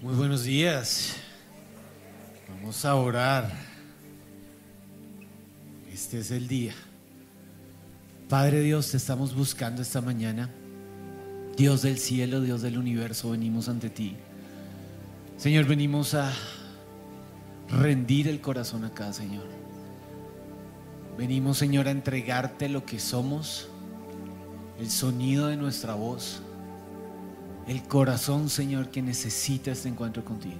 Muy buenos días. Vamos a orar. Este es el día. Padre Dios, te estamos buscando esta mañana. Dios del cielo, Dios del universo, venimos ante ti. Señor, venimos a rendir el corazón acá, Señor. Venimos, Señor, a entregarte lo que somos, el sonido de nuestra voz, el corazón, Señor, que necesita este encuentro contigo.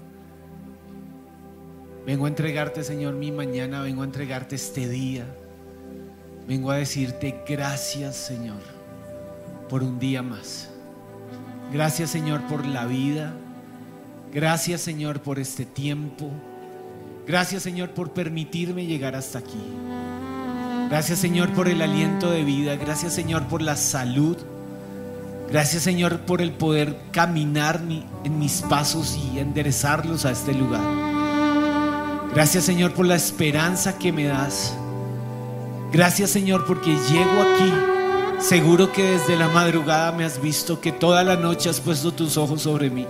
Vengo a entregarte, Señor, mi mañana, vengo a entregarte este día. Vengo a decirte gracias, Señor, por un día más. Gracias, Señor, por la vida. Gracias, Señor, por este tiempo. Gracias, Señor, por permitirme llegar hasta aquí. Gracias, Señor, por el aliento de vida. Gracias, Señor, por la salud. Gracias, Señor, por el poder caminar en mis pasos y enderezarlos a este lugar. Gracias, Señor, por la esperanza que me das. Gracias, Señor, porque llego aquí seguro que desde la madrugada me has visto, que toda la noche has puesto tus ojos sobre mí.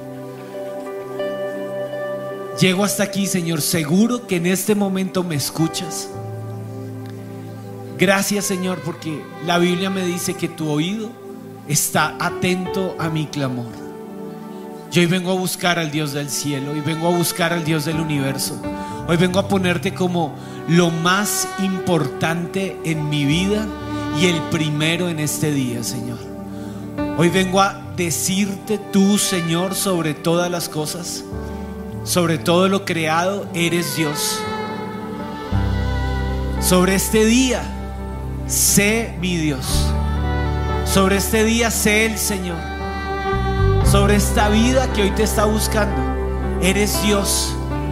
Llego hasta aquí, Señor, seguro que en este momento me escuchas. Gracias, Señor, porque la Biblia me dice que tu oído está atento a mi clamor. Yo hoy vengo a buscar al Dios del cielo, hoy vengo a buscar al Dios del universo. Hoy vengo a ponerte como lo más importante en mi vida y el primero en este día, Señor. Hoy vengo a decirte tú, Señor, sobre todas las cosas, sobre todo lo creado, eres Dios. Sobre este día, sé mi Dios. Sobre este día, sé el Señor. Sobre esta vida que hoy te está buscando, eres Dios.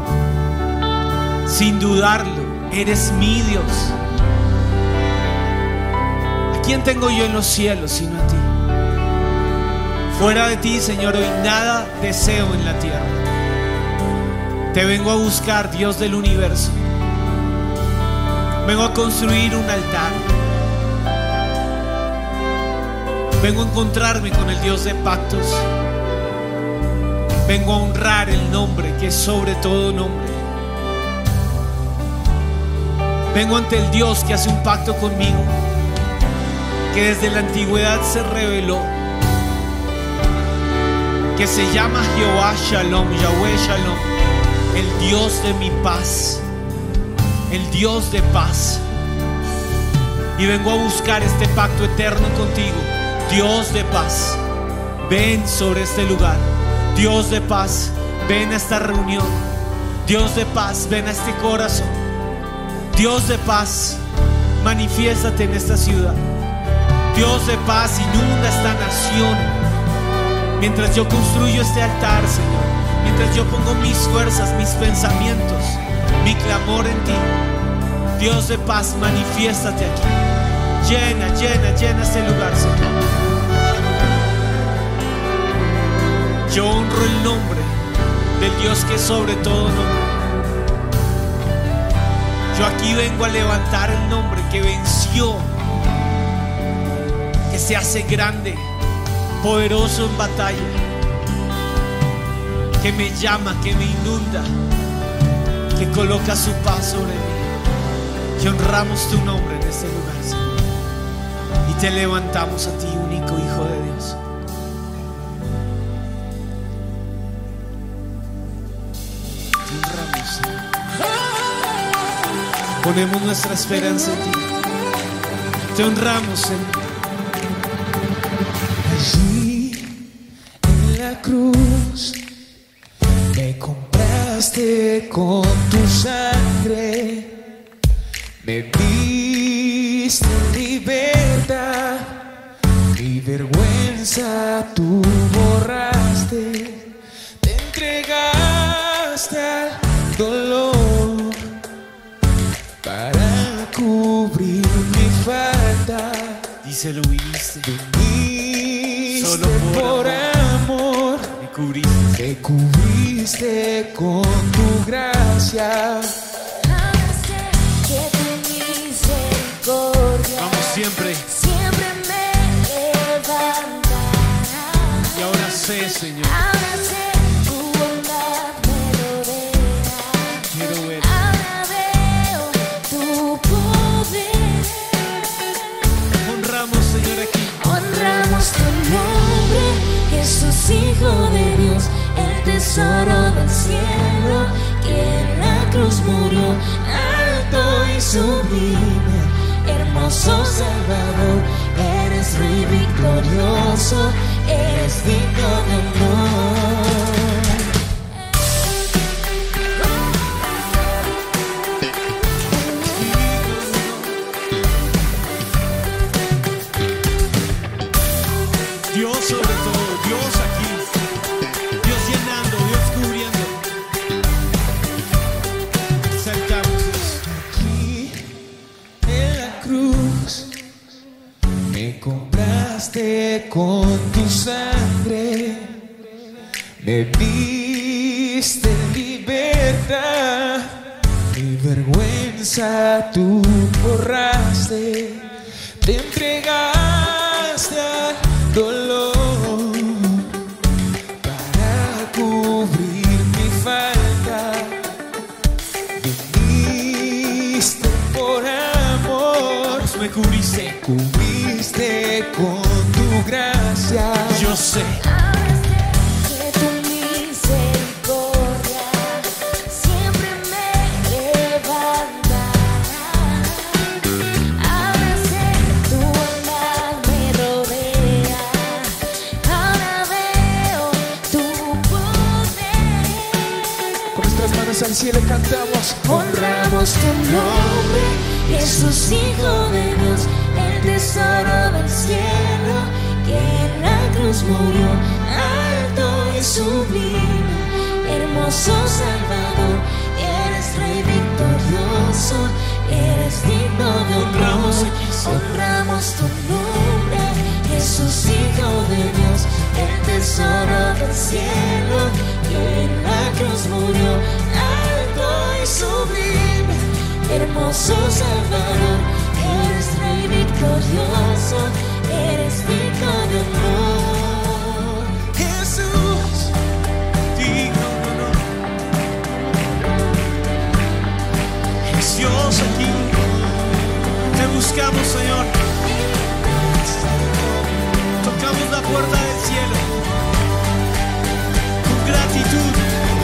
Sin dudarlo, eres mi Dios. ¿A quién tengo yo en los cielos sino a ti? Fuera de ti, Señor, hoy nada deseo en la tierra. Te vengo a buscar, Dios del universo. Vengo a construir un altar. Vengo a encontrarme con el Dios de pactos. Vengo a honrar el nombre que es sobre todo nombre. Vengo ante el Dios que hace un pacto conmigo, que desde la antigüedad se reveló, que se llama Jehová Shalom, Yahweh Shalom, el Dios de mi paz, el Dios de paz. Y vengo a buscar este pacto eterno contigo. Dios de paz, ven sobre este lugar. Dios de paz, ven a esta reunión. Dios de paz, ven a este corazón. Dios de paz, manifiéstate en esta ciudad. Dios de paz, inunda esta nación. Mientras yo construyo este altar, Señor, mientras yo pongo mis fuerzas, mis pensamientos, mi clamor en ti. Dios de paz, manifiéstate aquí. Llena, llena, llena este lugar, Señor. Yo honro el nombre del Dios que es sobre todo nombre. Yo aquí vengo a levantar el nombre que venció, que se hace grande, poderoso en batalla, que me llama, que me inunda, que coloca su paz sobre mí. Que honramos tu nombre en este lugar, Señor, y te levantamos a ti, único Hijo de Dios. Te honramos, Señor. Ponemos nuestra esperanza en ti. Te honramos, Señor. Allí en la cruz me compraste con tu sangre. Me diste libertad, mi vergüenza tú borraste. Te entregaste al dolor para cubrir mi falta. Díselo, viniste. Viniste Solo por amor. Me cubriste. Me cubriste con tu gracia. Ahora sé que tu misericordia Vamos siempre. siempre me levantará. Y ahora sé, Señor, Ahora sé tu tesoro del cielo, que en la cruz murió, alto y sublime, hermoso Salvador, eres Rey victorioso, eres digno de honor. Dios sobre todo, Dios aquí, Dios llenando, Dios cubriendo. Saltamos Aquí en la cruz me compraste con tu sangre, me diste libertad, mi vergüenza tú borraste, te entregaste al dolor para cubrir mi falta. Viniste por amor, me cubriste. cubriste con tu gracia. Yo sé Ahora sé que tu misericordia siempre me levantará. Ahora sé que tu bondad me rodea. Ahora veo tu poder. Con nuestras manos al cielo cantamos. Honramos tu nombre, Jesús, Hijo de Dios, el tesoro del cielo, que en la cruz murió, alto y sublime, hermoso Salvador, eres Rey victorioso, eres digno de honor. Honramos tu nombre, Jesús, Hijo de Dios, el tesoro del cielo, que en la cruz murió, alto y sublime, hermoso Salvador, eres Rey victorioso, eres digno de honor. Jesús, digno de honor. Es Dios aquí. Te buscamos, Señor. Tocamos la puerta del cielo con gratitud.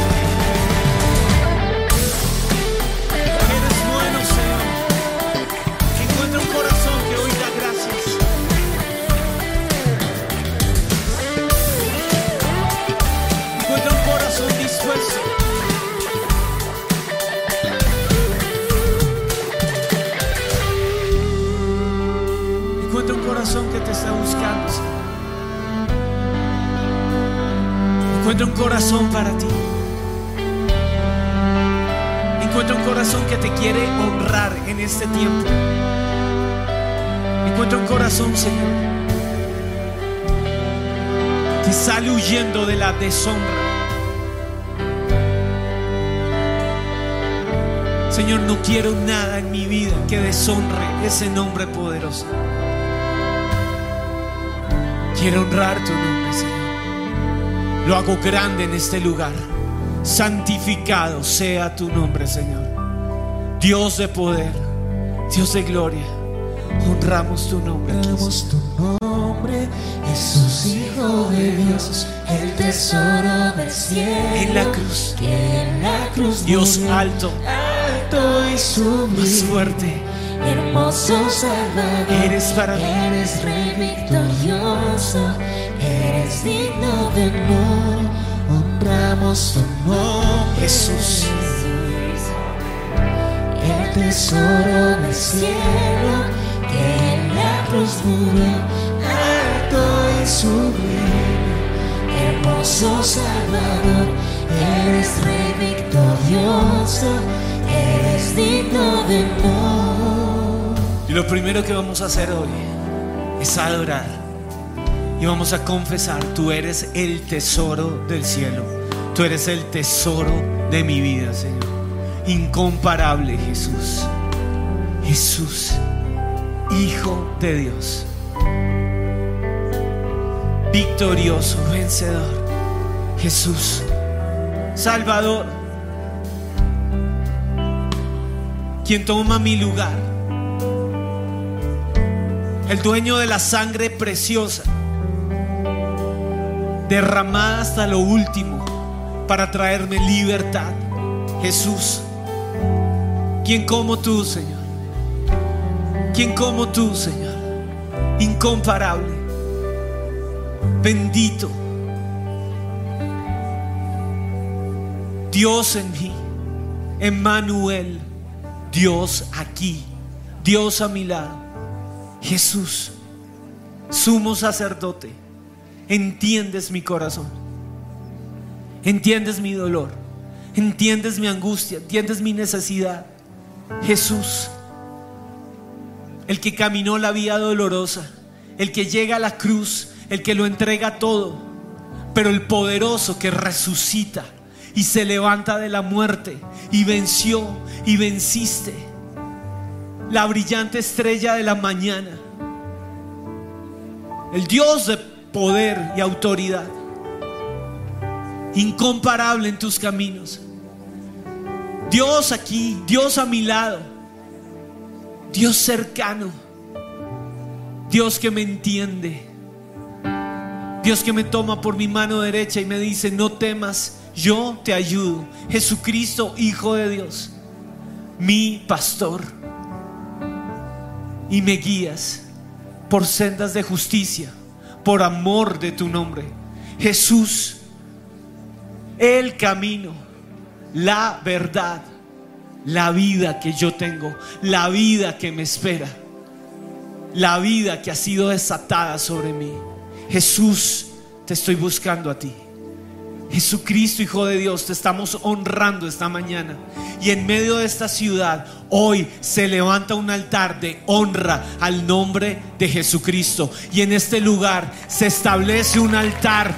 Eres bueno, Señor. Encuentra un corazón que hoy da gracias. Encuentra un corazón dispuesto. Encuentra un corazón que te está buscando, Señor. Encuentra un corazón para ti. Encuentra un corazón que te quiere honrar en este tiempo. Encuentra un corazón, Señor, que sale huyendo de la deshonra. Señor, no quiero nada en mi vida que deshonre ese nombre poderoso. Quiero honrar tu nombre, Señor. Lo hago grande en este lugar. Santificado sea tu nombre, Señor. Dios de poder, Dios de gloria, honramos tu nombre. honramos tu nombre, Jesús, Hijo de Dios, El tesoro del cielo, En la cruz, que en la cruz Dios murió, alto, alto y más sublime, fuerte, hermoso Salvador, eres para mí. eres Rey victorioso, eres digno de honor. honramos tu nombre, Jesús. El tesoro del cielo, que en la cruz murió, alto y sublime, hermoso Salvador, eres Rey victorioso, eres digno de honor. Y lo primero que vamos a hacer hoy es adorar. Y vamos a confesar: tú eres el tesoro del cielo. Tú eres el tesoro de mi vida, Señor. Incomparable Jesús. Jesús, Hijo de Dios. Victorioso, vencedor. Jesús, Salvador. Quien toma mi lugar. El dueño de la sangre preciosa, derramada hasta lo último para traerme libertad. Jesús, ¿quién como tú, Señor? ¿Quién como tú, Señor? Incomparable, bendito, Dios en mí, Emmanuel, Dios aquí, Dios a mi lado. Jesús, sumo sacerdote, entiendes mi corazón, entiendes mi dolor, entiendes mi angustia, entiendes mi necesidad. Jesús, el que caminó la vía dolorosa, el que llega a la cruz, el que lo entrega todo, pero el poderoso que resucita y se levanta de la muerte y venció y venciste. La brillante estrella de la mañana, el Dios de poder y autoridad, incomparable en tus caminos. Dios aquí, Dios a mi lado, Dios cercano, Dios que me entiende, Dios que me toma por mi mano derecha y me dice: no temas, yo te ayudo. Jesucristo, Hijo de Dios, mi pastor, y me guías por sendas de justicia, por amor de tu nombre. Jesús, el camino, la verdad, la vida que yo tengo, la vida que me espera, la vida que ha sido desatada sobre mí. Jesús, te estoy buscando a ti. Jesucristo, Hijo de Dios, te estamos honrando esta mañana. Y en medio de esta ciudad hoy se levanta un altar de honra al nombre de Jesucristo. Y en este lugar se establece un altar,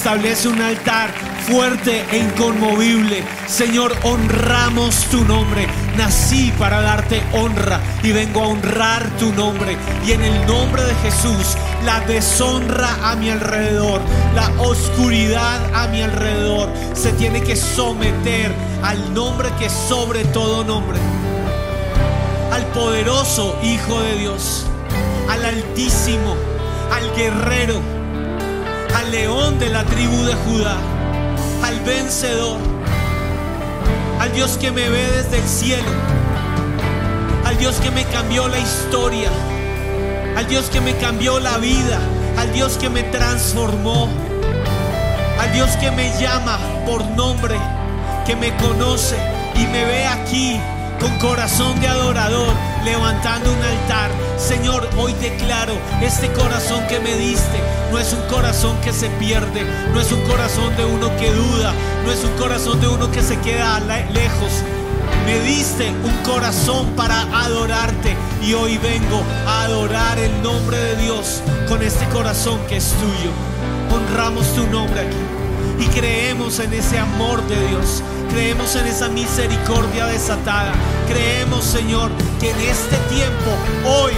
fuerte e inconmovible. Señor, honramos tu nombre. Nací para darte honra y vengo a honrar tu nombre. Y en el nombre de Jesús, la deshonra a mi alrededor, la oscuridad a mi alrededor, se tiene que someter al nombre que es sobre todo nombre, al poderoso Hijo de Dios, al Altísimo, al guerrero, al león de la tribu de Judá, al vencedor, al Dios que me ve desde el cielo, al Dios que me cambió la historia, al Dios que me cambió la vida, al Dios que me transformó, al Dios que me llama por nombre, que me conoce y me ve aquí con corazón de adorador, levantando un altar. Señor, hoy declaro: este corazón que me diste no es un corazón que se pierde, no es un corazón de uno que duda, no es un corazón de uno que se queda lejos. Me diste un corazón para adorarte, y hoy vengo a adorar el nombre de Dios con este corazón que es tuyo. Honramos tu nombre aquí y creemos en ese amor de Dios, creemos en esa misericordia desatada. Creemos, Señor, que en este tiempo, hoy,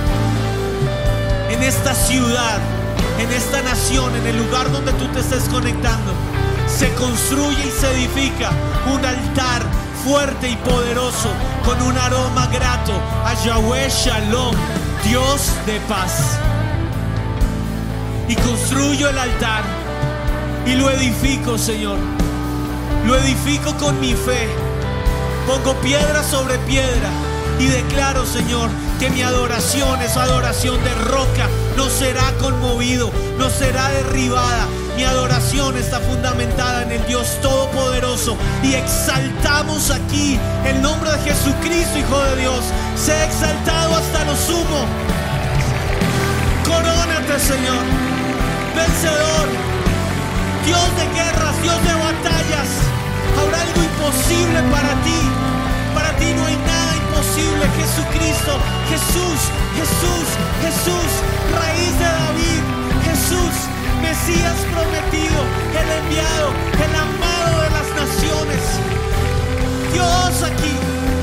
en esta ciudad, en esta nación, en el lugar donde tú te estés conectando, se construye y se edifica un altar fuerte y poderoso, con un aroma grato a Yahweh Shalom, Dios de paz. Y construyo el altar y lo edifico, Señor. Lo edifico con mi fe. Pongo piedra sobre piedra y declaro, Señor, que mi adoración, esa adoración de roca, no será conmovido, no será derribada. Mi adoración está fundamentada en el Dios Todopoderoso, y exaltamos aquí el nombre de Jesucristo, Hijo de Dios. Sé exaltado hasta lo sumo. Corónate, Señor, vencedor, Dios de guerras, Dios de batallas. Habrá algo imposible para ti. Para ti no hay nada imposible. Jesucristo, Jesús, Jesús, Jesús, raíz de David, Jesús, Mesías prometido, el enviado, el amado de las naciones. Dios, aquí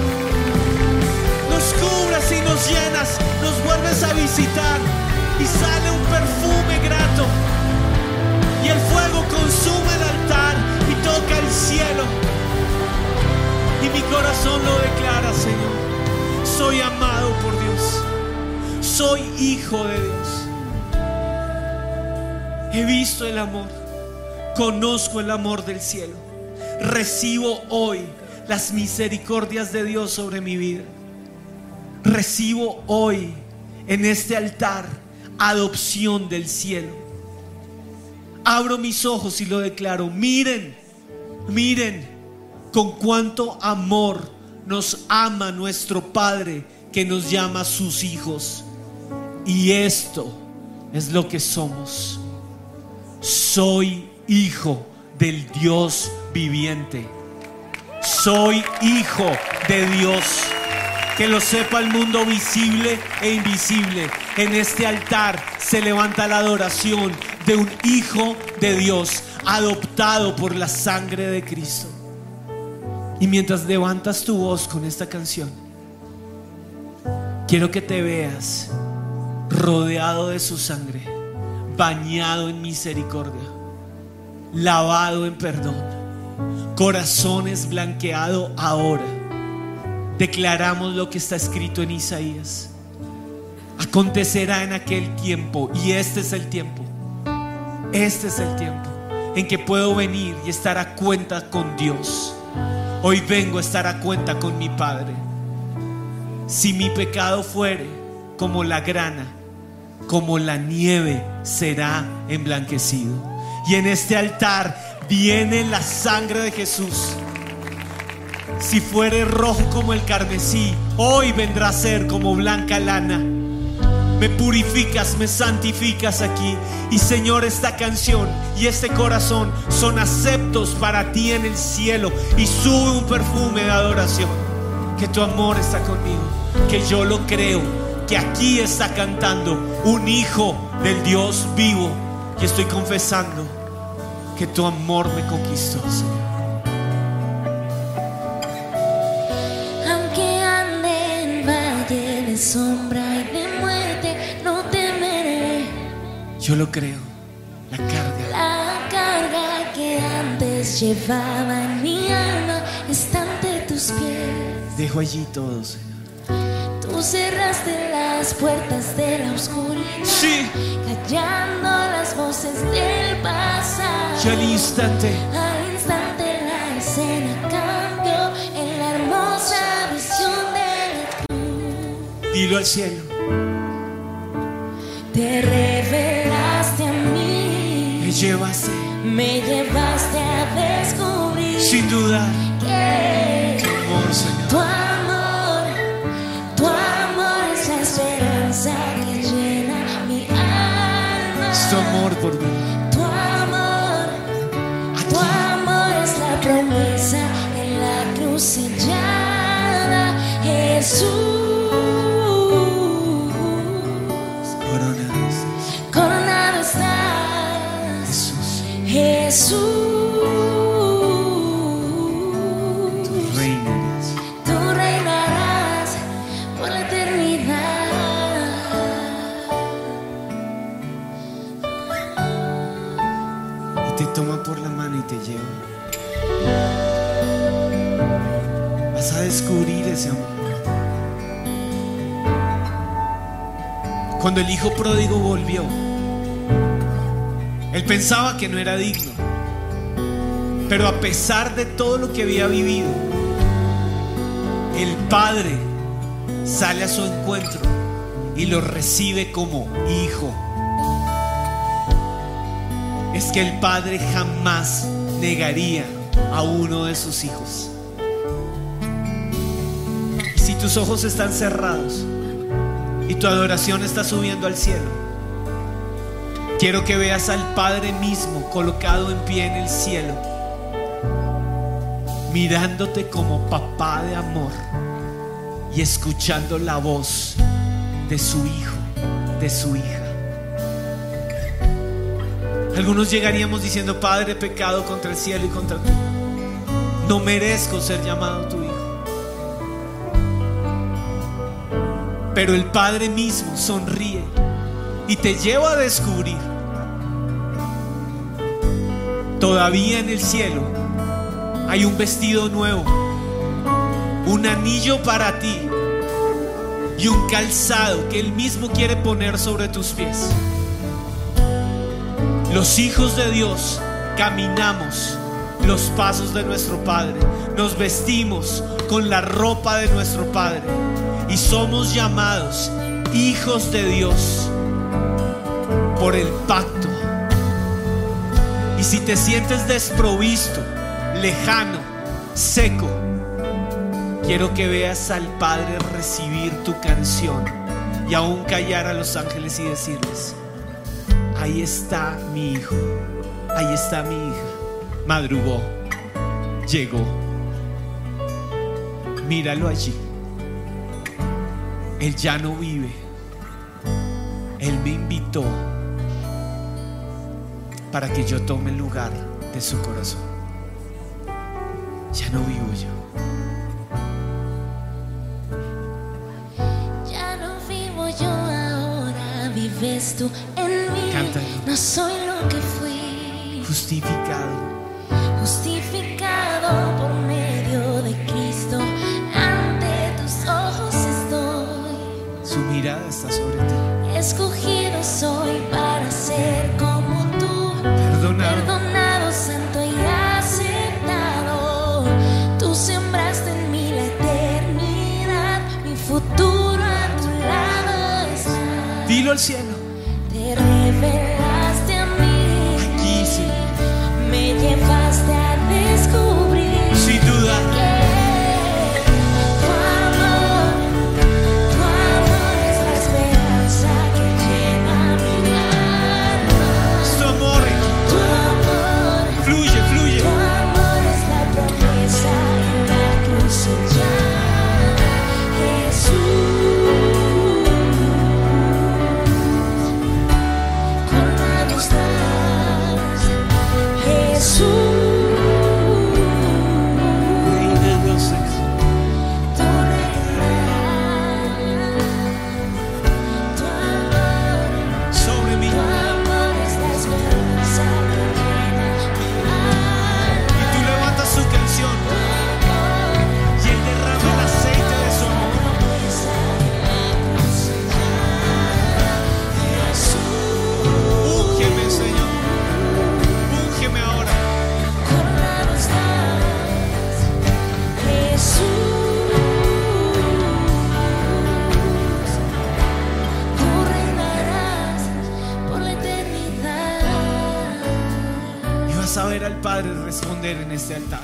nos cubres y nos llenas, nos vuelves a visitar y sale un perfume grato, y el fuego consume el altar y toca el cielo, y mi corazón lo declara, Señor: soy amado por Dios, soy hijo de Dios. He visto el amor, conozco el amor del cielo. Recibo hoy las misericordias de Dios sobre mi vida. Recibo hoy en este altar adopción del cielo. Abro mis ojos y lo declaro. Miren, miren con cuánto amor nos ama nuestro Padre, que nos llama sus hijos. Y esto es lo que somos. Soy hijo del Dios viviente. Soy hijo de Dios. Que lo sepa el mundo visible e invisible. En este altar se levanta la adoración de un hijo de Dios, adoptado por la sangre de Cristo. Y mientras levantas tu voz con esta canción, quiero que te veas rodeado de su sangre, bañado en misericordia, lavado en perdón, corazones blanqueado ahora. Declaramos lo que está escrito en Isaías. Acontecerá en aquel tiempo, y este es el tiempo, en que puedo venir y estar a cuenta con Dios. Hoy vengo a estar a cuenta con mi Padre. Si mi pecado fuere como la grana, como la nieve será emblanquecido. Y en este altar viene la sangre de Jesús. Si fuere rojo como el carmesí, hoy vendrá a ser como blanca lana. Me purificas, me santificas aquí. Y Señor, esta canción y este corazón son aceptos para ti en el cielo. Y sube un perfume de adoración. Que tu amor está conmigo, que yo lo creo, que aquí está cantando un hijo del Dios vivo. Y estoy confesando que tu amor me conquistó, Señor. Aunque ande en valle de sombra y de muerte, no temeré. Yo lo creo. La carga que antes llevaba en mi alma está ante tus pies. Dejo allí todo, Señor. Tú cerraste las puertas de la oscuridad, sí, callando las voces del pasado. Y al instante la escena cambió en la hermosa visión de la cruz. Dilo al cielo. Te revelaste a mí, me llevaste a descubrir, sin duda, que tu amor, Señor. Tu amor es la esperanza que llena mi alma. Es tu amor por mí. Tu amor es la promesa en la cruz sellada. Jesús, coronado estás. Jesús, tú reinarás por la eternidad. Y te toma por la mano y te lleva. Vas a descubrir ese amor. Cuando el hijo pródigo volvió, él pensaba que no era digno, pero a pesar de todo lo que había vivido, el padre sale a su encuentro y lo recibe como hijo. Es que el padre jamás negaría a uno de sus hijos. Y si tus ojos están cerrados y tu adoración está subiendo al cielo, quiero que veas al Padre mismo colocado en pie en el cielo, mirándote como papá de amor y escuchando la voz de su hijo, de su hija. Algunos llegaríamos diciendo: Padre, he pecado contra el cielo y contra ti, no merezco ser llamado tu hijo. Pero el Padre mismo sonríe y te lleva a descubrir: todavía en el cielo hay un vestido nuevo, un anillo para ti y un calzado que Él mismo quiere poner sobre tus pies. Los hijos de Dios caminamos los pasos de nuestro Padre, nos vestimos con la ropa de nuestro Padre y somos llamados hijos de Dios por el pacto. Y si te sientes desprovisto, lejano, seco, quiero que veas al Padre recibir tu canción y aún callar a los ángeles y decirles: ahí está mi hijo, ahí está mi hija. Madrugó, llegó, míralo allí. Él ya no vive. Él me invitó para que yo tome el lugar de su corazón. Ya no vivo yo. Ya no vivo yo ahora, vives tú en mí. Cántalo. No soy lo que fui, Justificado. justificado por medio de Cristo. Ante tus ojos estoy, Su mirada está sobre ti. escogido soy para ser como tú. Perdonado. Perdonado, santo y aceptado. Tú sembraste en mí la eternidad. Mi futuro a tu lado está. Dilo al cielo. Te revelaste a mí. Aquí, Señor. Me llevaste a descubrir Sin duda. que tu amor es la esperanza que llena mi alma. Su amor Tu amor, fluye, fluye. tu amor es la promesa en la cruz sellada. Jesús, colmado estás. Jesús, Reinando, Señor. tú reinarás. Tu amor, Sobre mí. tu amor es la esperanza que llena mi alma. Y tú levantas su canción y Él derrama el aceite de su amor. Úngeme, Señor. Úngeme ahora. Coronado estás, Jesús. Tú reinarás por la eternidad. Y vas a ver al Padre responder en este altar.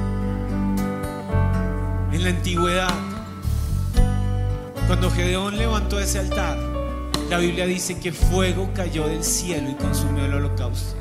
En la antigüedad, cuando Gedeón levantó ese altar, la Biblia dice que fuego cayó del cielo y consumió el holocausto.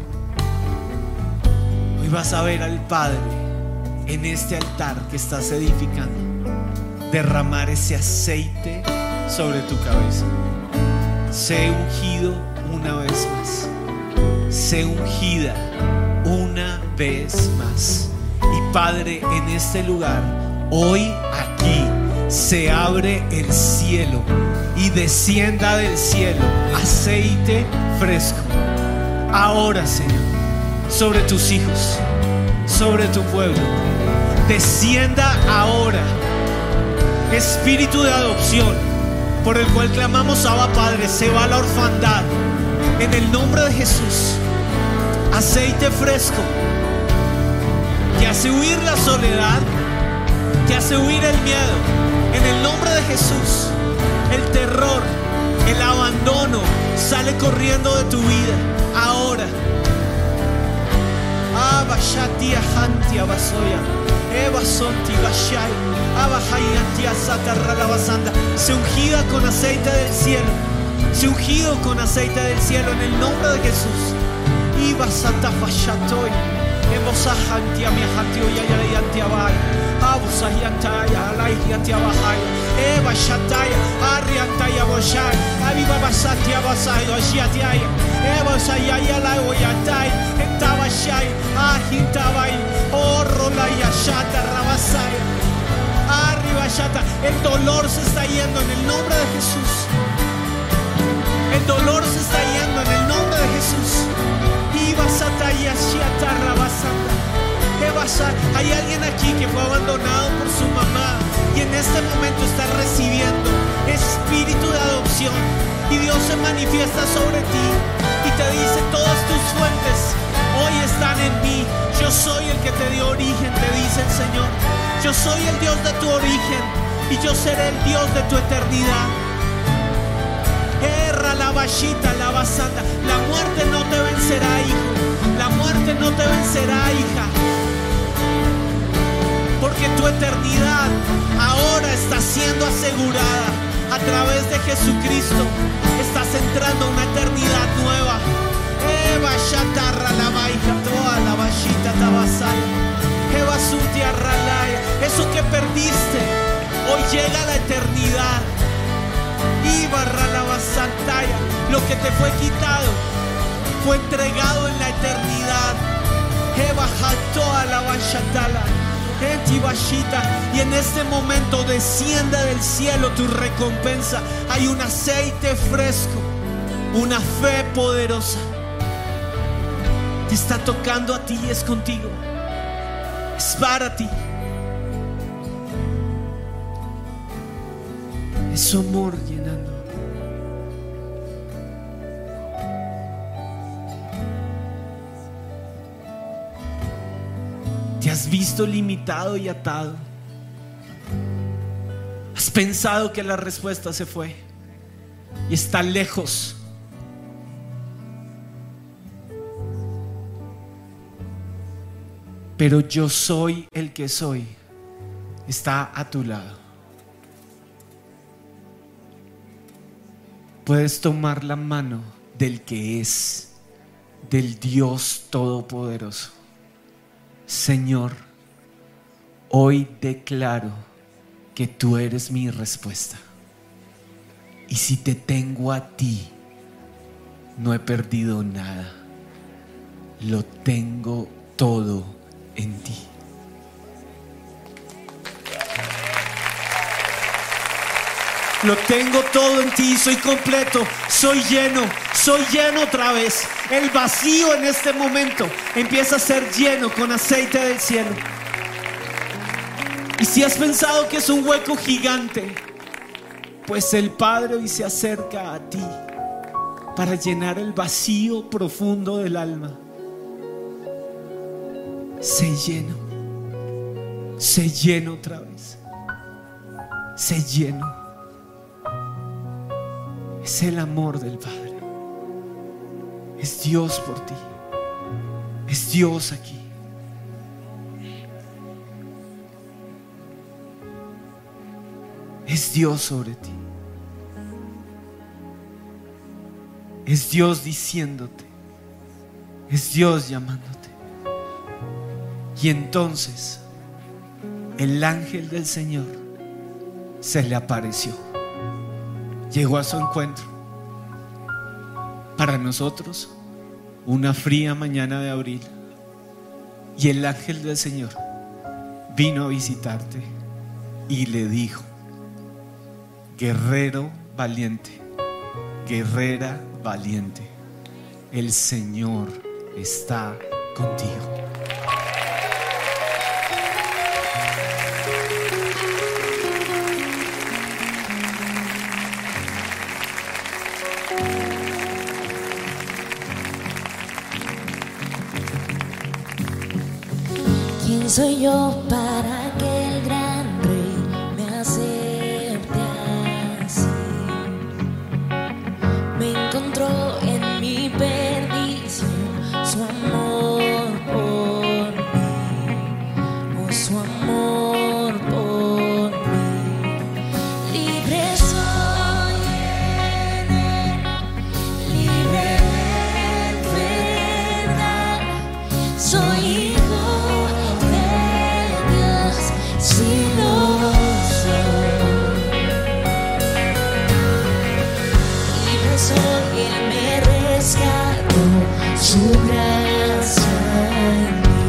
Hoy vas a ver al Padre en este altar que estás edificando derramar ese aceite sobre tu cabeza. Sé ungido una vez más. Sé ungida una vez más. Y Padre, en este lugar, hoy aquí, se abre el cielo y descienda del cielo aceite fresco. Ahora, Señor, sobre tus hijos, sobre tu pueblo, descienda ahora espíritu de adopción por el cual clamamos: Abba Padre. Se va la orfandad en el nombre de Jesús. Aceite fresco que hace huir la soledad, que hace huir el miedo. En el nombre de Jesús, el terror, el abandono sale corriendo de tu vida ahora. Abashati ahanti abasoya, ebasonti bashai, abahayanti asatarralabasanda. Se ungida con aceite del cielo, se ungido con aceite del cielo en el nombre de Jesús. Ibasata fashatoy, ebosahanti amiahanti oyayanti abai, abosayantaya alaiyanti abahai, ebashataya arriantaya boshai, abibabasati abasai oshiatiaya, ebosayaya la oyantai, entabashai, ahintabai, orrolaya shata rabasai, arribashata. El dolor se está yendo en el nombre de Jesús. El dolor se está yendo en el nombre de Jesús. Hay alguien aquí que fue abandonado por su mamá y en este momento está recibiendo espíritu de adopción, y Dios se manifiesta sobre ti y te dice: todas tus fuentes hoy están en mí. Yo soy el que te dio origen, te dice el Señor. Yo soy el Dios de tu origen y yo seré el Dios de tu eternidad. Erra la vallita, la basanda. La muerte no te vencerá, hijo. La muerte no te vencerá, hija. Porque tu eternidad ahora está siendo asegurada a través de Jesucristo. Estás entrando a una eternidad nueva. Eso que perdiste hoy llega a la eternidad. Lo que te fue quitado fue entregado en la eternidad. Y en este momento desciende del cielo tu recompensa. Hay un aceite fresco, una fe poderosa. Te está tocando a ti y es contigo. Es para ti. Es su amor llenando. Te has visto limitado y atado. Has pensado que la respuesta se fue y está lejos. Pero yo soy el que soy. Está a tu lado. Puedes tomar la mano del que es, del Dios Todopoderoso. Señor, hoy declaro que tú eres mi respuesta. Y si te tengo a ti, no he perdido nada. Lo tengo todo en ti. Lo tengo todo en ti, soy completo, soy lleno otra vez. El vacío en este momento empieza a ser lleno con aceite del cielo. Y si has pensado que es un hueco gigante, pues el Padre hoy se acerca a ti para llenar el vacío profundo del alma. Sé lleno otra vez. Sé lleno. Es el amor del Padre. Es Dios por ti. Es Dios aquí. Es Dios sobre ti. Es Dios diciéndote. Es Dios llamándote. Y entonces el ángel del Señor se le apareció. Llegó a su encuentro. Para nosotros, una fría mañana de abril. Y el ángel del Señor vino a visitarte y le dijo: guerrero valiente, guerrera valiente, el Señor está contigo. ¿Quién soy yo para que el gran Rey me acepte así? Me encontró en mi perdición su amor por mí, oh, su amor por mí. Libre soy en él, libre en verdad. Soy hijo de Dios, si lo soy. Libre soy, Él me rescató, su gracia en mí.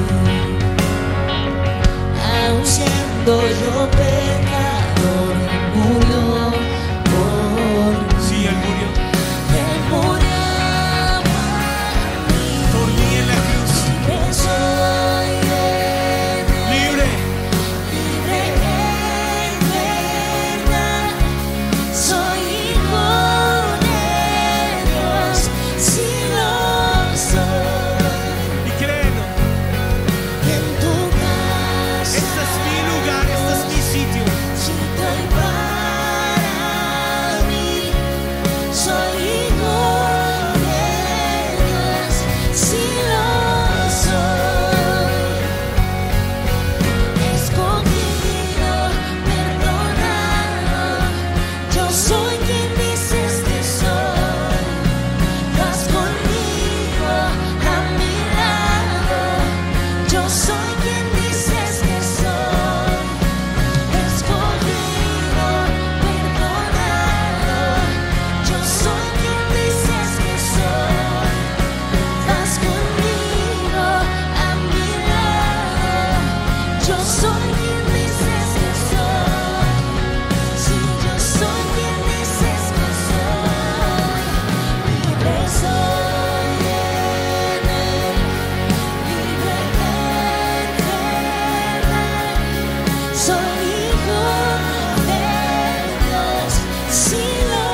Aun siendo yo pecador, murió por mí. Sí, Él murió Él murió por mí en la cruz. libre soy en Él, Libre. libre en verdad. Soy hijo de Dios, si lo soy. ¿Y qué Yo soy quien dices que soy. Si yo soy quien dices que soy. Libre soy en él. Libre en él. Soy hijo de Dios. Si lo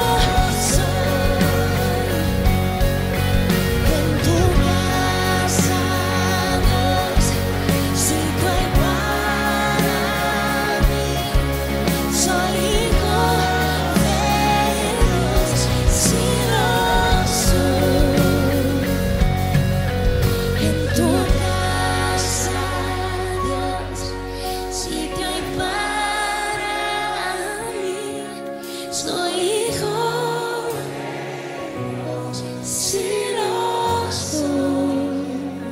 soy. En tu casa, Dios, si tú hay para mí, soy hijo de Dios, si lo soy. En tu casa, Dios, si tú hay para mí, soy hijo de Dios, si lo soy.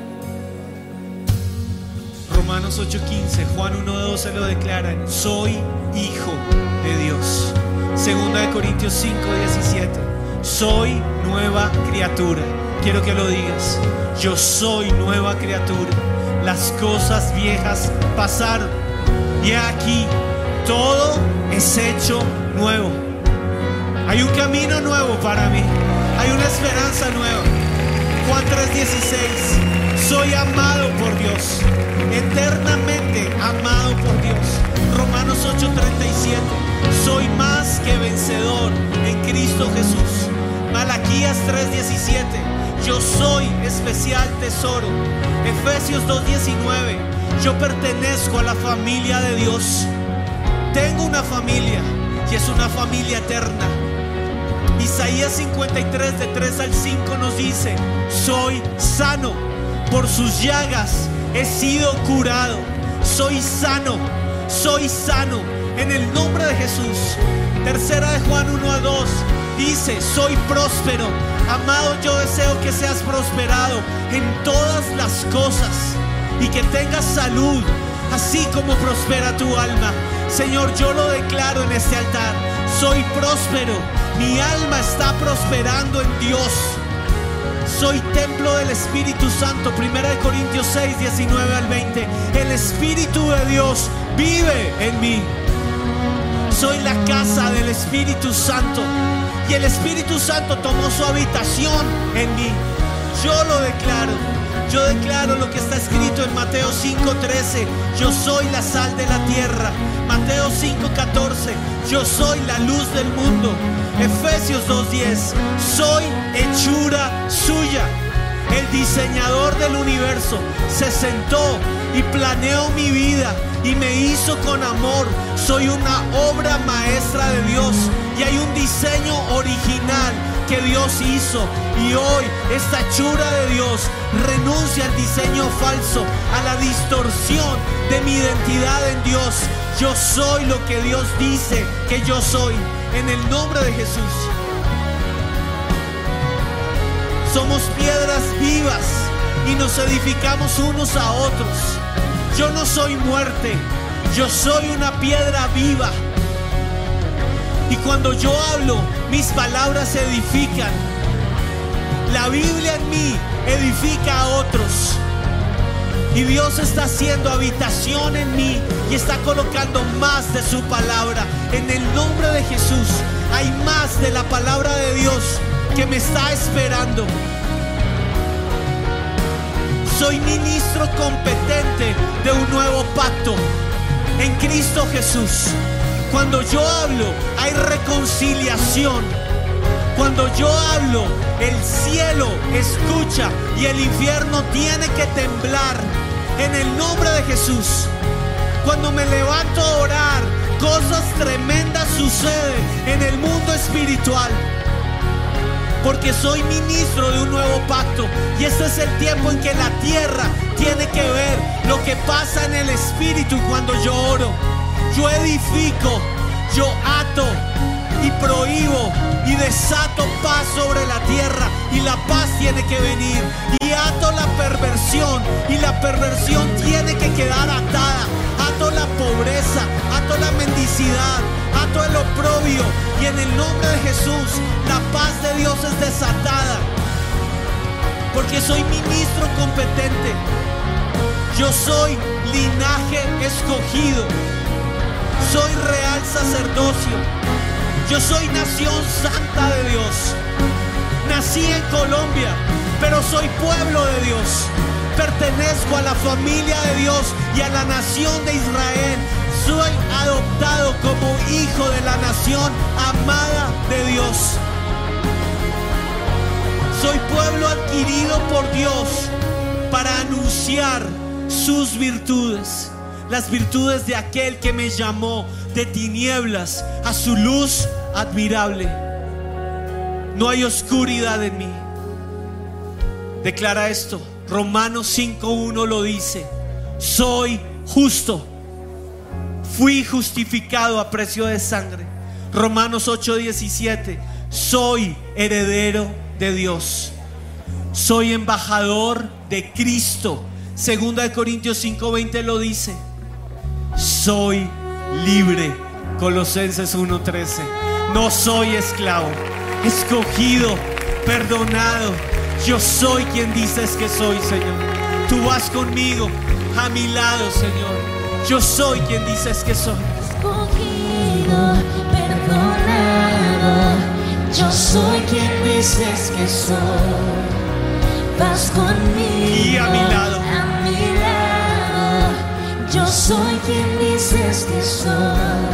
Romanos 8:15, Juan 1:12 lo declaran: soy hijo de Dios. Segunda de Corintios 5:17, soy nueva criatura. Quiero que lo digas: yo soy nueva criatura. Las cosas viejas pasaron y aquí todo es hecho nuevo. Hay un camino nuevo para mí, hay una esperanza nueva. Juan 3:16, soy amado por Dios, eternamente amado por Dios. Romanos 8:37, soy más que vencedor en Cristo Jesús. Malaquías 3:17, yo soy especial tesoro. Efesios 2:19, yo pertenezco a la familia de Dios. Tengo una familia y es una familia eterna. Isaías 53 de 3 al 5 nos dice: soy sano, por sus llagas he sido curado. Soy sano, en el nombre de Jesús. Tercera de Juan 1:2 dice: soy próspero. Amado, yo deseo que seas prosperado en todas las cosas y que tengas salud, así como prospera tu alma. Señor, yo lo declaro en este altar: soy próspero, mi alma está prosperando en Dios. Soy templo del Espíritu Santo. 1 Corintios 6:19 al 20. El Espíritu de Dios vive en mí. Soy la casa del Espíritu Santo y el Espíritu Santo tomó su habitación en mí. Yo lo declaro. Yo declaro lo que está escrito en Mateo 5:13. Yo soy la sal de la tierra. Mateo 5:14. Yo soy la luz del mundo. Efesios 2:10. Soy hechura suya. El diseñador del universo se sentó y planeó mi vida y me hizo con amor. Soy una obra maestra de Dios y hay un diseño original que Dios hizo, y hoy esta hechura de Dios renuncia al diseño falso, a la distorsión de mi identidad en Dios. Yo soy lo que Dios dice que yo soy, en el nombre de Jesús. Somos piedras vivas y nos edificamos unos a otros. Yo no soy muerte, yo soy una piedra viva. Y cuando yo hablo, mis palabras edifican. La Biblia en mí edifica a otros. Y Dios está haciendo habitación en mí y está colocando más de su palabra. En el nombre de Jesús hay más de la palabra de Dios que me está esperando. Soy ministro competente de un nuevo pacto en Cristo Jesús. Cuando yo hablo, hay reconciliación. Cuando yo hablo, el cielo escucha y el infierno tiene que temblar. En el nombre de Jesús. Cuando me levanto a orar, cosas tremendas suceden en el mundo espiritual. Porque soy ministro de un nuevo pacto. Y este es el tiempo en que la tierra tiene que ver lo que pasa en el espíritu. Y cuando yo oro, yo edifico, yo ato y prohíbo y desato paz sobre la tierra. Y la paz tiene que venir. Y ato la perversión, y la perversión tiene que quedar atada. Ato la pobreza, ato la mendicidad, ato el oprobio. Y en el nombre de Jesús, la paz de Dios es desatada. Porque soy ministro competente. Yo soy linaje escogido. Soy real sacerdocio. Yo soy nación santa de Dios. Nací en Colombia, pero soy pueblo de Dios. Pertenezco a la familia de Dios y a la nación de Israel. Soy adoptado como hijo de la nación amada de Dios. Soy pueblo adquirido por Dios para anunciar sus virtudes, las virtudes de aquel que me llamó de tinieblas a su luz admirable. No hay oscuridad en mí. Declara esto. Romanos 5:1 lo dice. Soy justo. Fui justificado a precio de sangre. Romanos 8:17. Soy heredero de Dios. Soy embajador de Cristo. 2 Corintios 5:20 lo dice. Soy libre. Colosenses 1:13. No soy esclavo, escogido, perdonado. Yo soy quien dices que soy, Señor. Tú vas conmigo, a mi lado, Señor. Yo soy quien dices que soy. Escogido, perdonado. Yo soy quien dices que soy. Vas conmigo, y a mi lado. a mi lado. Yo soy quien dices que soy.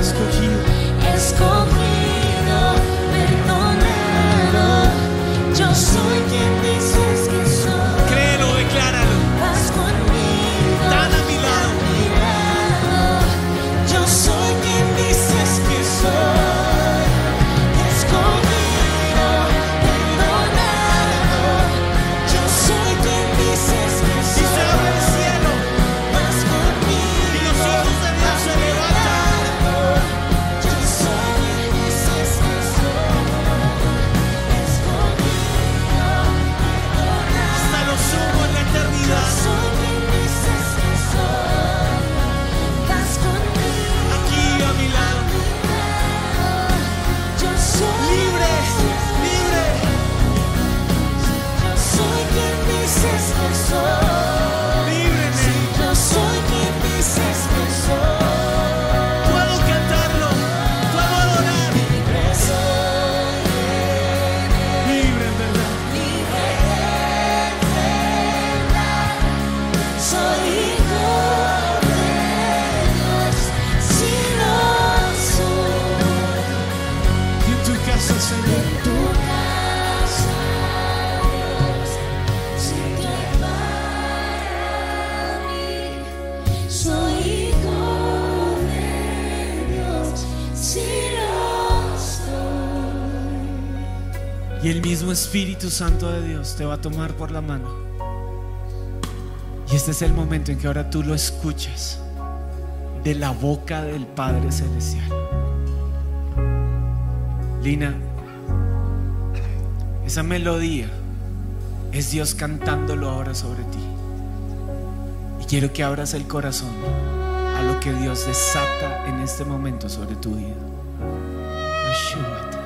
Escogido, perdonado. Yo soy quien dices que soy. Créelo, decláralo. Vas conmigo, Tan a mi lado. a mi lado. Yo soy quien dices que soy. Escogido, perdonado. Yo soy quien dices que Y soy. se abre el cielo. Vas conmigo, Y los hijos de Dios se levantan. yo soy quien dices que soy. Escogido, perdonado. Hasta lo sumo en la eternidad. Soy quien dices que soy. Vas conmigo, Aquí a mi lado. yo soy Libre, libre. Yo soy quien dices que soy. Líbreme. Yo soy quien dices que soy. Puedo cantarlo. Puedo adorar. Libre soy, Libre, en verdad. libre en verdad. Soy hijo de Dios, si lo soy. Y en tu casa, Señor. En tu casa, Dios, sé que para mí soy hijo de Dios, si lo soy. Y el mismo Espíritu Santo de Dios te va a tomar por la mano. Y este es el momento en que ahora tú lo escuchas de la boca del Padre Celestial. Lina, esa melodía es Dios cantándolo ahora sobre ti. Y quiero que abras el corazón a lo que Dios desata en este momento sobre tu vida. Ayúdate.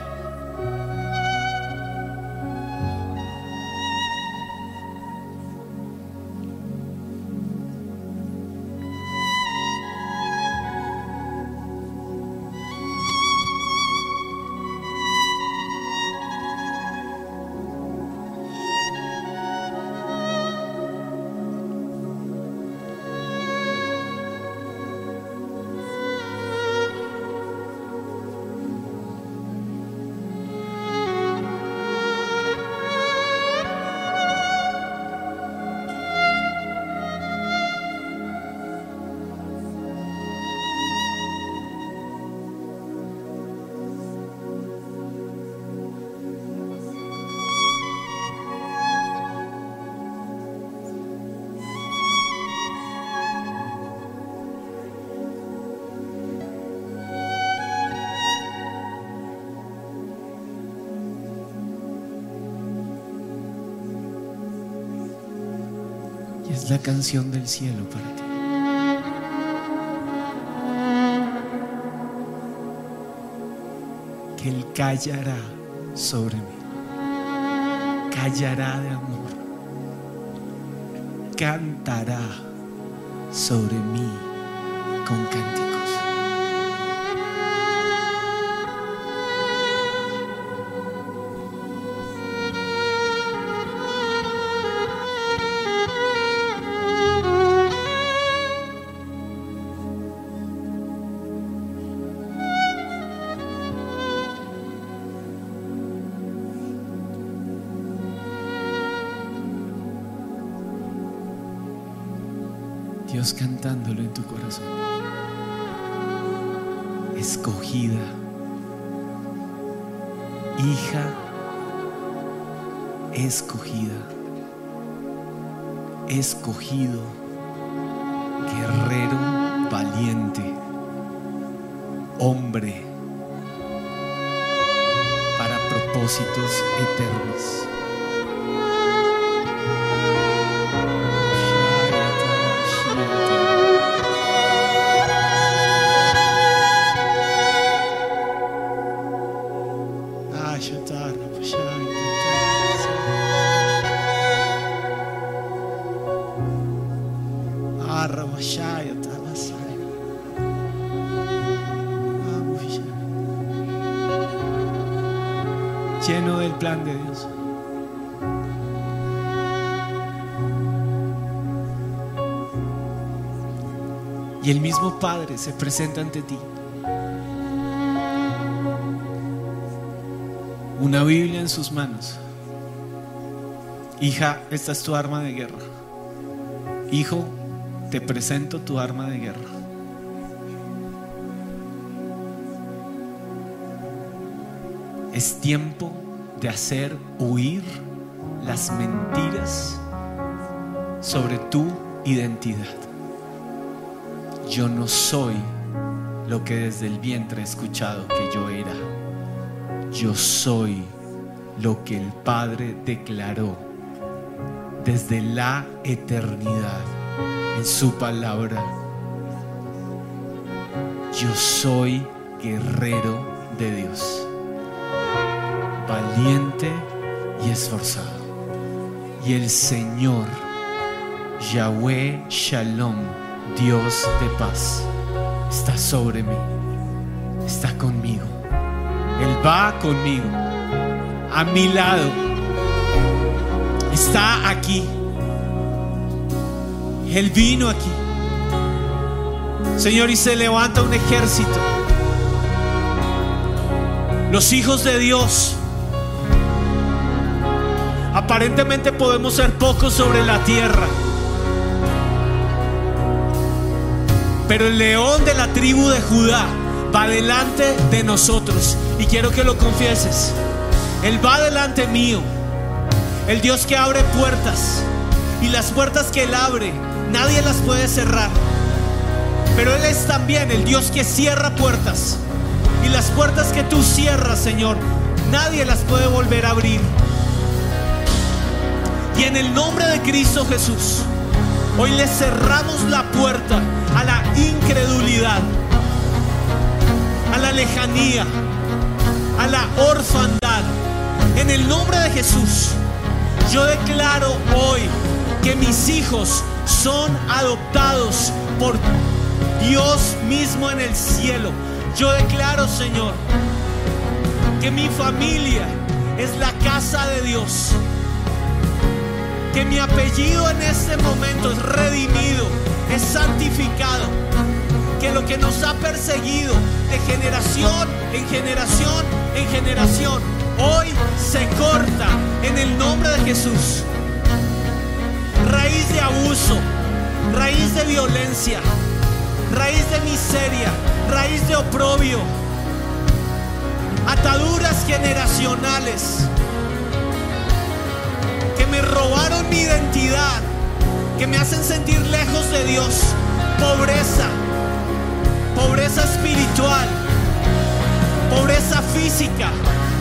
Y es la canción del cielo para ti. Que Él callará sobre mí. Callará de amor. Cantará sobre mí con cánticos. Dios cantándolo en tu corazón. Escogida, hija escogida, escogido, guerrero valiente, hombre para propósitos eternos. Lleno del plan de Dios. Y el mismo Padre se presenta ante ti. Una Biblia en sus manos. Hija, esta es tu arma de guerra. Hijo, te presento tu arma de guerra. Es tiempo de hacer huir las mentiras sobre tu identidad. Yo no soy lo que desde el vientre he escuchado que yo era. Yo soy lo que el Padre declaró desde la eternidad en su palabra. Yo soy guerrero de Dios, valiente y esforzado. Y el Señor, Yahweh Shalom, Dios de paz, está sobre mí, está conmigo. Él va conmigo, a mi lado, está aquí. Él vino aquí, Señor, y se levanta un ejército. Los hijos de Dios. Aparentemente podemos ser pocos sobre la tierra, pero el león de la tribu de Judá va delante de nosotros. Y quiero que lo confieses. Él va delante mío. El Dios que abre puertas. Y las puertas que Él abre, nadie las puede cerrar. Pero Él es también el Dios que cierra puertas. Y las puertas que tú cierras, Señor, nadie las puede volver a abrir. Y en el nombre de Cristo Jesús, hoy le cerramos la puerta a la incredulidad, a la lejanía, a la orfandad. En el nombre de Jesús, yo declaro hoy que mis hijos son adoptados por Dios mismo en el cielo. Yo declaro, Señor, que mi familia es la casa de Dios, que mi apellido en este momento es redimido, es santificado, que lo que nos ha perseguido de generación en generación en generación, hoy se corta en el nombre de Jesús. Raíz de abuso, raíz de violencia, raíz de miseria, raíz de oprobio, ataduras generacionales que me robaron mi identidad, que me hacen sentir lejos de Dios. Pobreza, pobreza espiritual, pobreza física,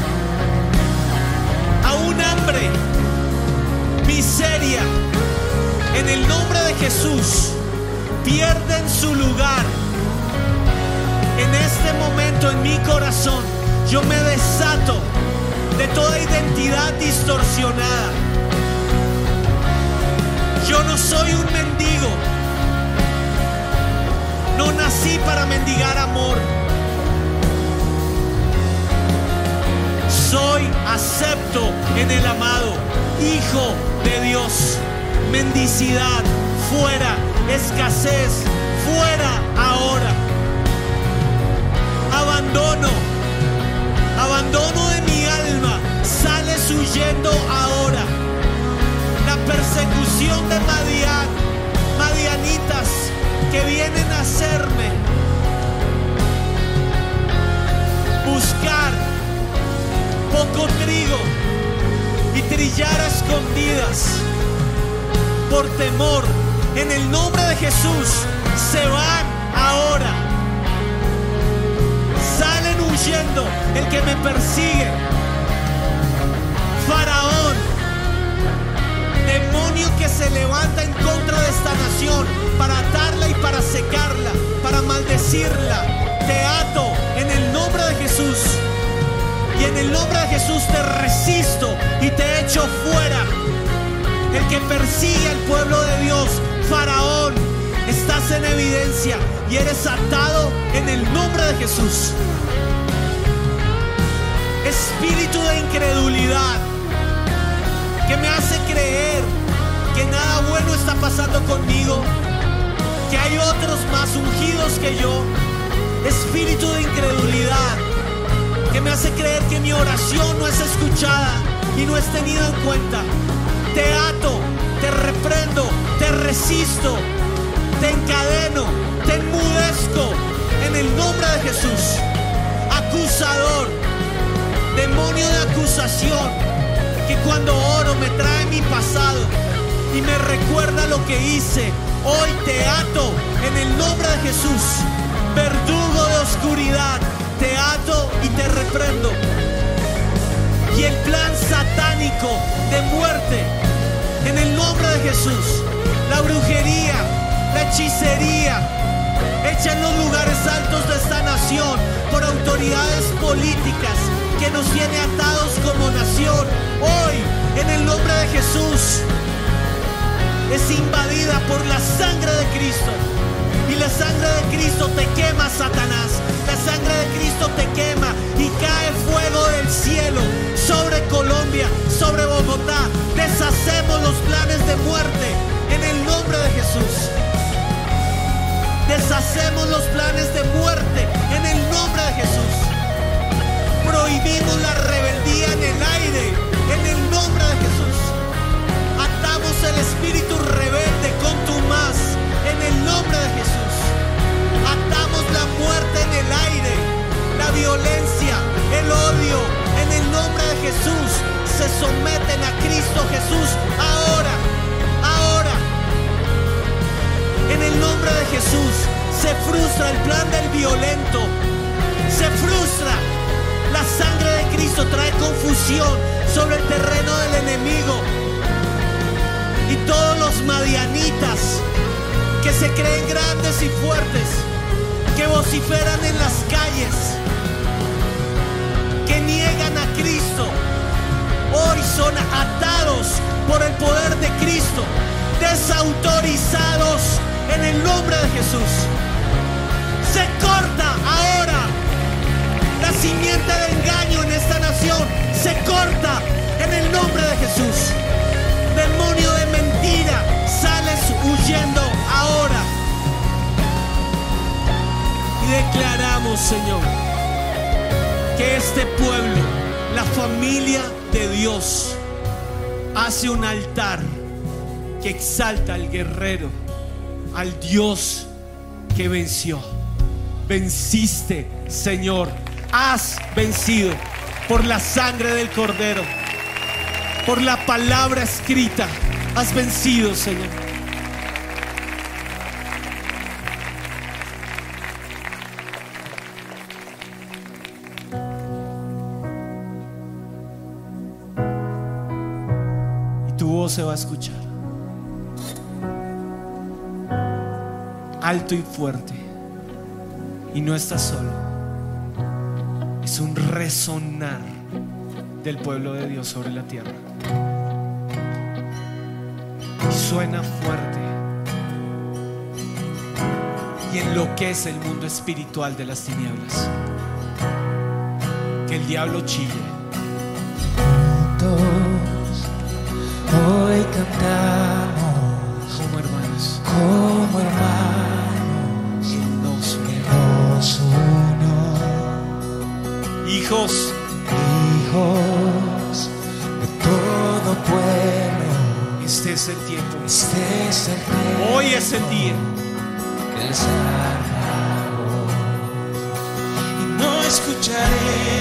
aún hambre, miseria. En el nombre de Jesús, pierden su lugar. En este momento en mi corazón, yo me desato de toda identidad distorsionada. Yo no soy un mendigo. No nací para mendigar amor. Soy acepto en el amado, hijo de Dios. Mendicidad fuera, escasez fuera ahora. Abandono de mi alma, sales huyendo ahora. La persecución de madianitas que vienen a hacerme buscar poco trigo y trillar a escondidas por temor, en el nombre de Jesús se van ahora. Salen huyendo el que me persigue. Faraón, demonio que se levanta en contra de esta nación para atarla y para secarla, para maldecirla, te ato en el nombre de Jesús. Y en el nombre de Jesús te resisto y te echo fuera. El que persigue al pueblo de Dios, Faraón, estás en evidencia y eres atado en el nombre de Jesús. Espíritu de incredulidad que me hace creer que nada bueno está pasando conmigo, que hay otros más ungidos que yo. Espíritu de incredulidad que me hace creer que mi oración no es escuchada y no es tenida en cuenta. Te ato, te reprendo, te resisto, te encadeno, te enmudezco en el nombre de Jesús. Acusador, demonio de acusación, que cuando oro me trae mi pasado y me recuerda lo que hice. Hoy te ato en el nombre de Jesús. Verdugo de oscuridad, te ato y te reprendo. Y el plan satánico de muerte, en el nombre de Jesús, la brujería, la hechicería, hecha en los lugares altos de esta nación por autoridades políticas que nos tiene atados como nación, hoy, en el nombre de Jesús, es invadida por la sangre de Cristo. Y la sangre de Cristo te quema, Satanás. La sangre de Cristo te quema y cae fuego del cielo sobre Colombia, sobre Bogotá. Deshacemos los planes de muerte en el nombre de Jesús. Deshacemos los planes de muerte en el nombre de Jesús. Prohibimos la rebeldía en el aire en el nombre de Jesús. Atamos el espíritu rebelde contumaz en el nombre de Jesús. Atamos la muerte en el aire, la violencia, el odio, en el nombre de Jesús. Se someten a Cristo Jesús ahora, ahora. En el nombre de Jesús se frustra el plan del violento, se frustra. La sangre de Cristo trae confusión sobre el terreno del enemigo. Y todos los madianitas que se creen grandes y fuertes, que vociferan en las calles, que niegan a Cristo, hoy son atados por el poder de Cristo, desautorizados en el nombre de Jesús. Se corta ahora la simiente de engaño en esta nación, se corta en el nombre de Jesús. Demonio de mentira, sales huyendo ahora. Y declaramos, Señor, que este pueblo, la familia de Dios, hace un altar que exalta al guerrero, al Dios que venció. Venciste, Señor, has vencido por la sangre del Cordero, por la palabra escrita, has vencido, Señor. Y tu voz se va a escuchar alto y fuerte, y no estás solo. Es un resonar del pueblo de Dios sobre la tierra. Y suena fuerte. Y y enloquece el mundo espiritual de las tinieblas. Que el diablo chille. Juntos hoy cantamos Como hermanos, como hermanos, Él nos une. nos unió. Hijos, Hijos de todo pueblo, este es el tiempo. este es el tiempo Hoy es el día. que Él salvó. Y no escucharé,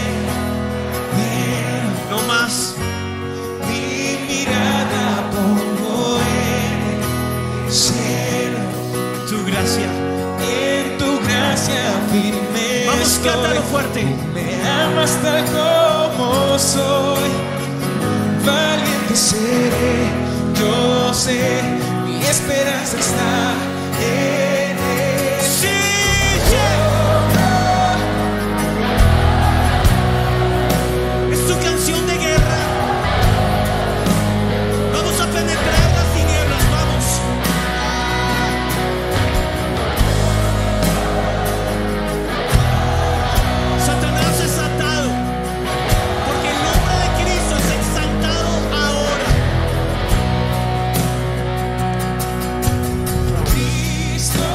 pero No más. mi mirada pongo en el cielo. Tu gracia. En tu gracia firme Vamos, estoy. cántalo fuerte. Me amas tal como soy. Valiente seré, yo sé. Mi esperanza está en él. Sí, es tu canción de guerra. Vamos a penetrar las tinieblas, vamos. Satanás es atado, porque el nombre de Cristo es exaltado ahora. Cristo,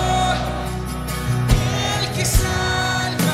el que salva,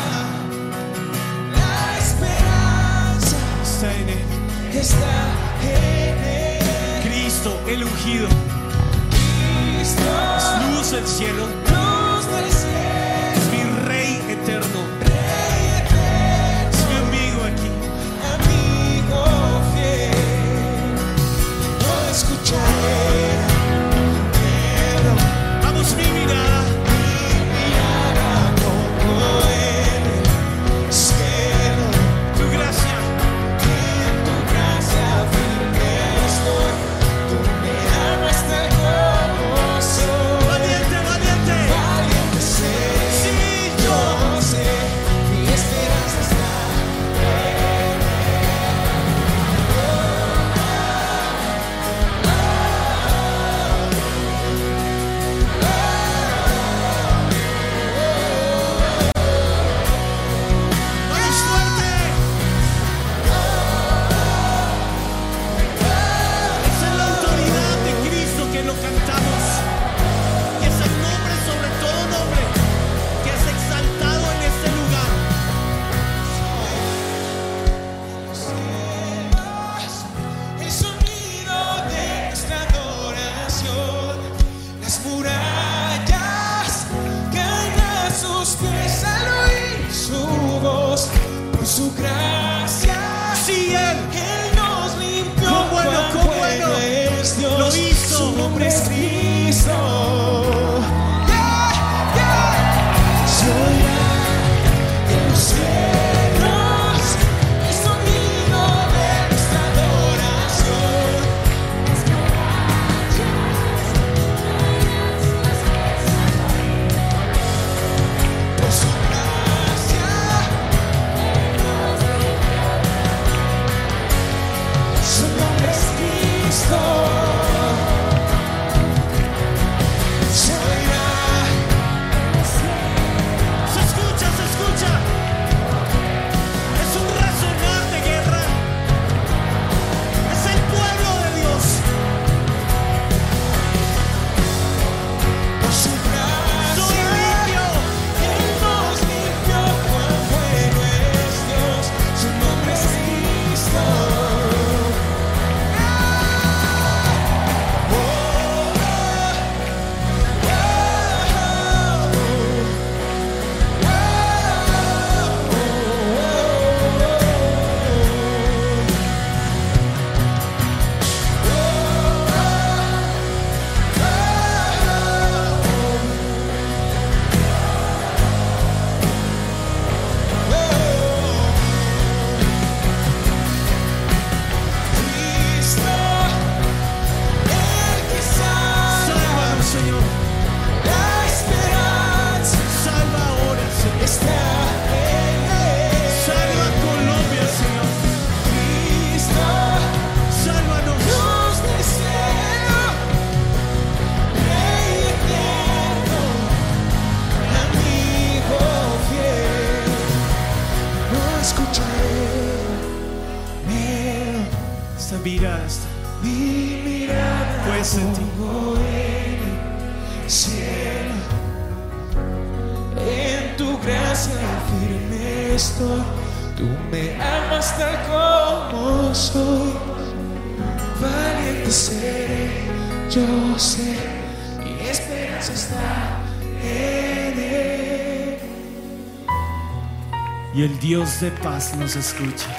la esperanza Está en él. está en él. Cristo, el ungido, Cristo, es luz del cielo, luz del cielo, es mi rey eterno, Rey eterno, es mi amigo aquí. amigo fiel. No escucharé, pero Vamos, mi mirada. mirada pongo en el cielo. Tu gracia. En tu gracia firme estoy. Tú me amas tal como soy. Valiente, valiente. Valiente seré, Sí, yo sé, mi esperanza está en él. Vamos fuerte. Es en la autoridad de Cristo que lo cantamos. Y es el nombre sobre todo nombre que es exaltado en este lugar. El sonido de nuestra adoración, las murallas caen a sus pies al oír su voz. Por su gracia, Sí, Él. Él nos limpió. ¡Cuán bueno, cuán cuán bueno bueno! es Dios. Lo hizo. Su nombre es Cristo. Yeah, yeah. Se oirá en los cielos el sonido de nuestra adoración. Por su gracia, su nombre es Cristo. mirada está. Mi mirada Puesta en ti. pongo en el cielo. En tu gracia firme estoy. Tú me amas tal como soy. Valiente seré, yo sé. Mi esperanza está en él. Y el Dios de paz nos escucha.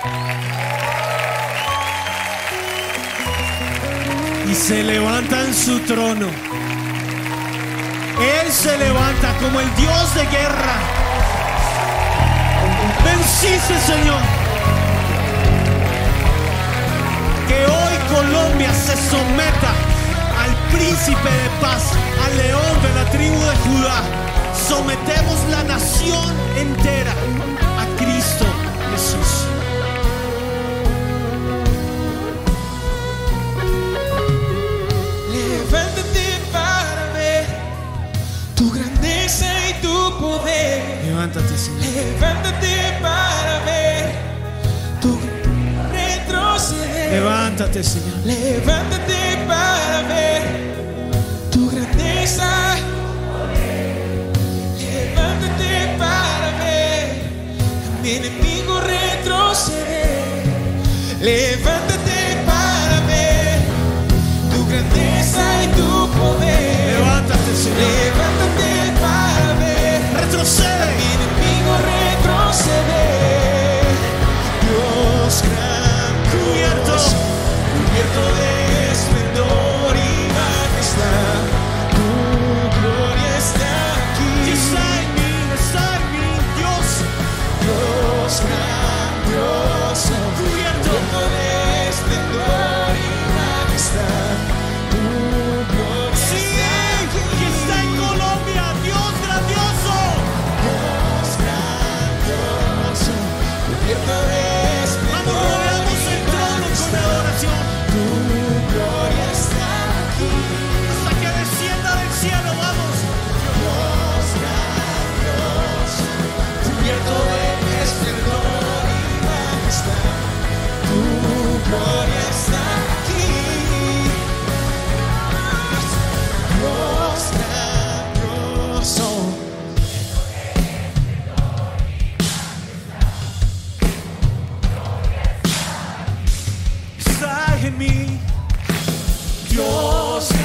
Y se levanta en su trono. Él se levanta como el Dios de guerra. Venciste, Señor. Que hoy Colombia se someta al príncipe de paz, al león de la tribu de Judá. Sometemos la nación entera a Cristo Jesús. Levántate para ver tu grandeza y tu poder. Levántate, Señor. Levántate para ver tu retroceder. Levántate, Señor. Levántate para ver tu grandeza. Levántate para ver a mi enemigo retroceder. Levántate para ver tu grandeza y tu poder. Levántate, Señor. Levántate para ver Retrocede. a mi enemigo retroceder. Dios grandioso, cubierto de esplendor y majestad. Tu gloria está aquí. Está en mí, Dios. Dios grandioso, cubierto de esplendor y majestad. Tu gloria Sí, está aquí. que está en Colombia, Dios grandioso. Dios grandioso, cubierto de Vamos, esplendor rodeamos y el trono con majestad. adoración. Tu gloria está aquí. Hasta que descienda del cielo, vamos. Dios grandioso, cubierto de esplendor y majestad. Tu gloria está aquí. Dios grandioso. Está en mí. Dios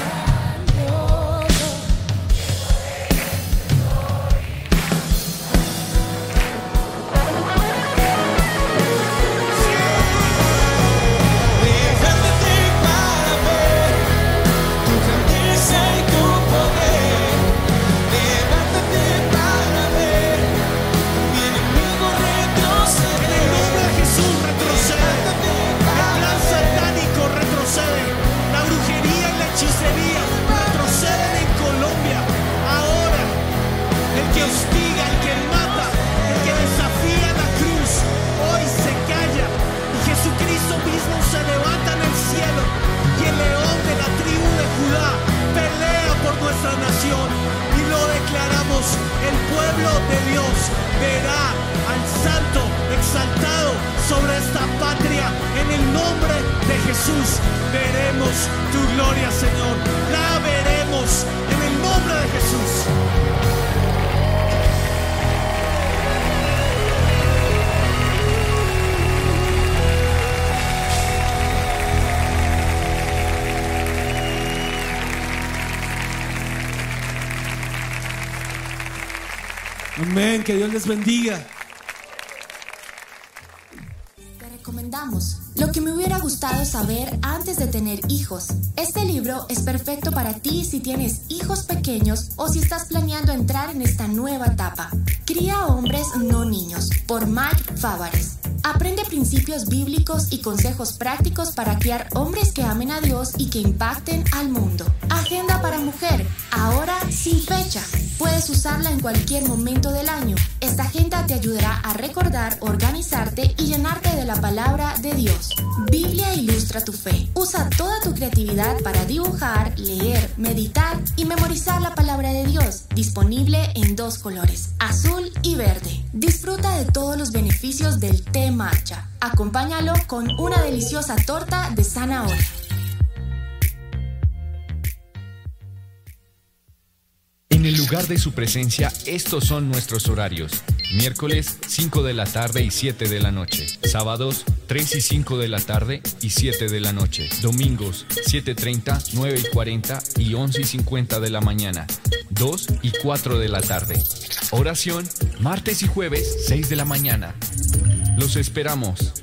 levántate para ver tu grandeza y tu poder. Levántate para ver mi enemigo retroceder. En el nombre de Jesús retrocede. Levántate El para plan ver. satánico retrocede. La brujería y la hechicería retroceden en Colombia. Ahora, el que hostiga, el que mata, el que desafía la cruz, hoy se calla. Y Jesucristo mismo se levanta en el cielo. Y el león de la tribu de Judá pelea por nuestra nación. Y lo declaramos. El pueblo de Dios verá al Santo exaltado sobre esta patria. En el nombre de Jesús veremos tu gloria, Señor. La veremos en el nombre de Jesús. Amén, que Dios les bendiga. Te recomendamos Lo que me hubiera gustado saber antes de tener hijos. Este libro es perfecto para ti si tienes hijos pequeños o si estás planeando entrar en esta nueva etapa. Cría hombres, no niños, por Mike Favares. Aprende principios bíblicos y consejos prácticos para criar hombres que amen a Dios y que impacten al mundo. Agenda para mujer, ahora sin fecha. Puedes usarla en cualquier momento del año. Esta agenda te ayudará a recordar, organizarte y llenarte de la palabra de Dios. Biblia ilustra tu fe. Usa toda tu creatividad para dibujar, leer, meditar y memorizar la palabra de Dios. Disponible en 2 colores, azul y verde. Disfruta de todos los beneficios del té matcha. Acompáñalo con una deliciosa torta de zanahoria. En el lugar de su presencia, estos son nuestros horarios. Miércoles, 5 de la tarde y 7 de la noche. Sábados, 3 y 5 de la tarde y 7 de la noche. Domingos, 7:30, 9:40 y 11:50 de la mañana. 2 y 4 de la tarde. Oración, martes y jueves, 6 de la mañana. Los esperamos.